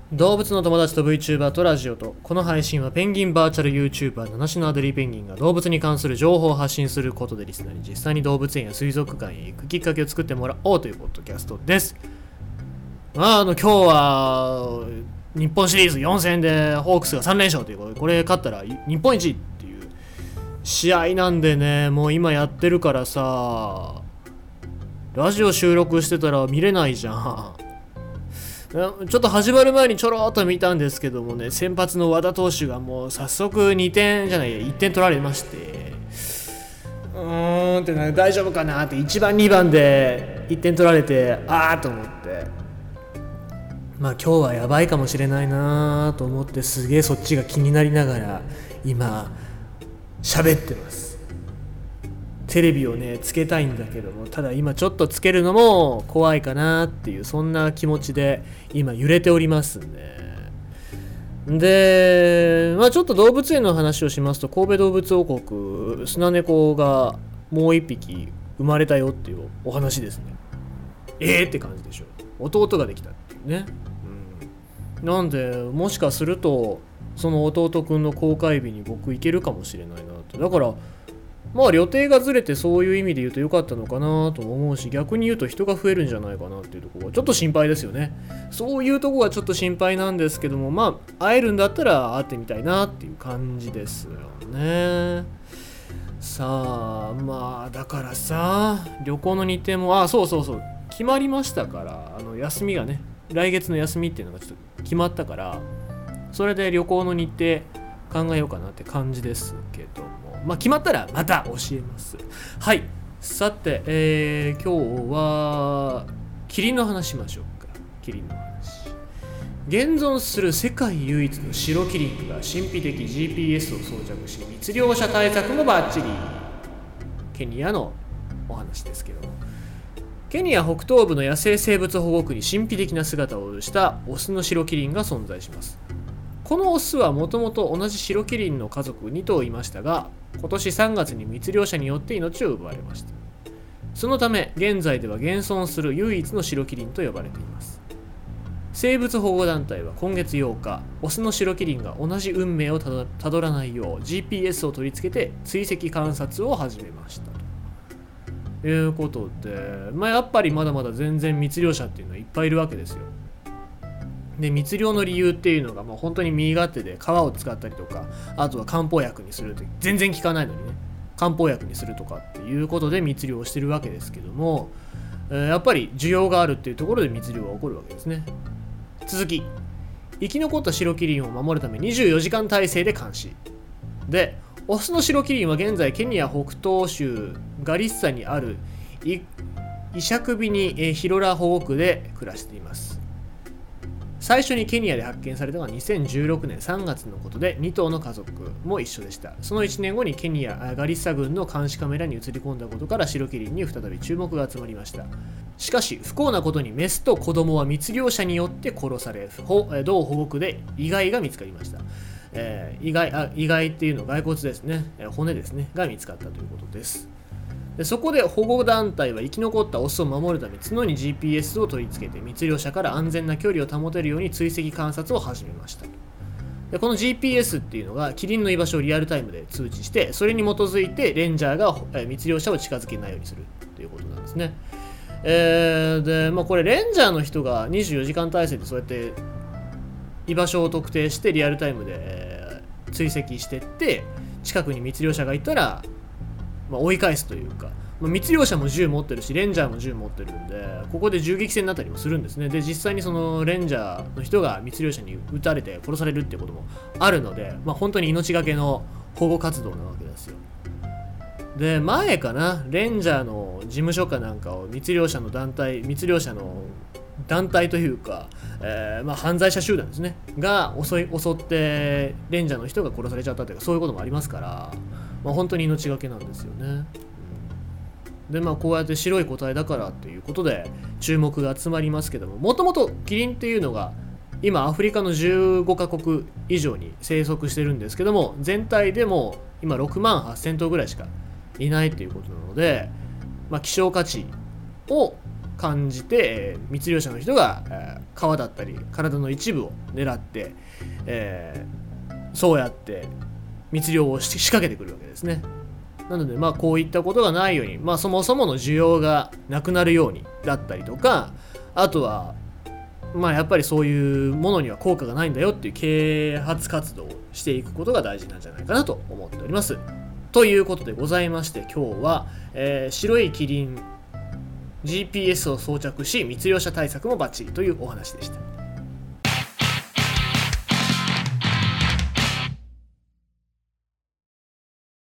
動物の友達と VTuber とラジオと、この配信はペンギンバーチャル YouTuber 七種のアデリーペンギンが動物に関する情報を発信することでリスナーに実際に動物園や水族館へ行くきっかけを作ってもらおうというポッドキャストです。今日は日本シリーズ4戦でホークスが3連勝ということで、これ勝ったら日本一っていう試合なんでね、もう今やってるからさ、ラジオ収録してたら見れないじゃん。ちょっと始まる前にちょろっと見たんですけどもね、先発の和田投手がもう早速1点取られまして、大丈夫かなって1番2番で1点取られてと思って、今日はやばいかもしれないなと思って、すげえそっちが気になりながら今喋ってます。テレビをねつけたいんだけども、ただ今ちょっとつけるのも怖いかなっていう、そんな気持ちで今揺れておりますんで、ちょっと動物園の話をしますと、神戸動物王国スナネコがもう一匹生まれたよっていうお話ですね。って感じでしょ。弟ができたっていうね、なんでもしかするとその弟くんの公開日に僕行けるかもしれないなと。だから予定がずれて、そういう意味で言うと良かったのかなとも思うし、逆に言うと人が増えるんじゃないかなっていうところがちょっと心配ですよね。そういうところがちょっと心配なんですけども、会えるんだったら会ってみたいなっていう感じですよね。さあだからさ、旅行の日程もそう決まりましたから、休みがね、来月の休みっていうのがちょっと決まったから、それで旅行の日程考えようかなって感じですけども、決まったらまた教えます。はい、さて、今日はキリンの話しましょうか。キリンの話。現存する世界唯一の白キリンが神秘的 GPS を装着し、密猟者対策もバッチリ。ケニアのお話ですけども、ケニア北東部の野生生物保護区に神秘的な姿をしたオスの白キリンが存在します。このオスはもともと同じ白キリンの家族2頭いましたが、今年3月に密猟者によって命を奪われました。そのため現在では現存する唯一の白キリンと呼ばれています。生物保護団体は今月8日、オスの白キリンが同じ運命をたどらないよう GPS を取り付けて追跡観察を始めましたということで、やっぱりまだまだ全然密猟者っていうのはいっぱいいるわけですよ。で、密猟の理由っていうのが本当に身勝手で、皮を使ったりとか、あとは漢方薬にすると、全然効かないのにね、漢方薬にするとかっていうことで密猟をしてるわけですけども、やっぱり需要があるっていうところで密猟が起こるわけですね。続き、生き残った白キリンを守るため24時間体制で監視で、オスの白キリンは現在ケニア北東州ガリッサにあるイシャクビニヒロラ保護区で暮らしています。最初にケニアで発見されたのは2016年3月のことで、2頭の家族も一緒でした。その1年後にケニアガリッサ郡の監視カメラに映り込んだことから、白キリンに再び注目が集まりました。しかし不幸なことにメスと子供は密猟者によって殺され、同保護区で遺骸が見つかりました。遺骸っていうのは骸骨ですね、骨ですねが見つかったということです。で、そこで保護団体は生き残ったオスを守るため角に GPS を取り付けて、密猟者から安全な距離を保てるように追跡観察を始めました。で、この GPS っていうのがキリンの居場所をリアルタイムで通知して、それに基づいてレンジャーが密猟者を近づけないようにするということなんですね。で、これレンジャーの人が24時間体制でそうやって居場所を特定してリアルタイムで追跡してって、近くに密猟者がいたら追い返すというか、密猟者も銃持ってるしレンジャーも銃持ってるんで、ここで銃撃戦になったりもするんですね。で、実際にそのレンジャーの人が密猟者に撃たれて殺されるっていうこともあるので、本当に命がけの保護活動なわけですよ。で、前かな、レンジャーの事務所かなんかを密猟者の団体というか、犯罪者集団ですねが襲ってレンジャーの人が殺されちゃったというか、そういうこともありますから、本当に命がけなんですよね。で、こうやって白い個体だからっていうことで注目が集まりますけども、もともとキリンっていうのが今アフリカの15カ国以上に生息してるんですけども、全体でも今6万8000頭ぐらいしかいないということなので、希少価値を感じて、密猟者の人が、皮だったり体の一部を狙って、そうやって密猟を仕掛けてくるわけですね。なのでこういったことがないように、そもそもの需要がなくなるようにだったりとか、あとはやっぱりそういうものには効果がないんだよっていう啓発活動をしていくことが大事なんじゃないかなと思っております。ということでございまして、今日は、白いキリン GPS を装着し密猟者対策もバッチリというお話でした。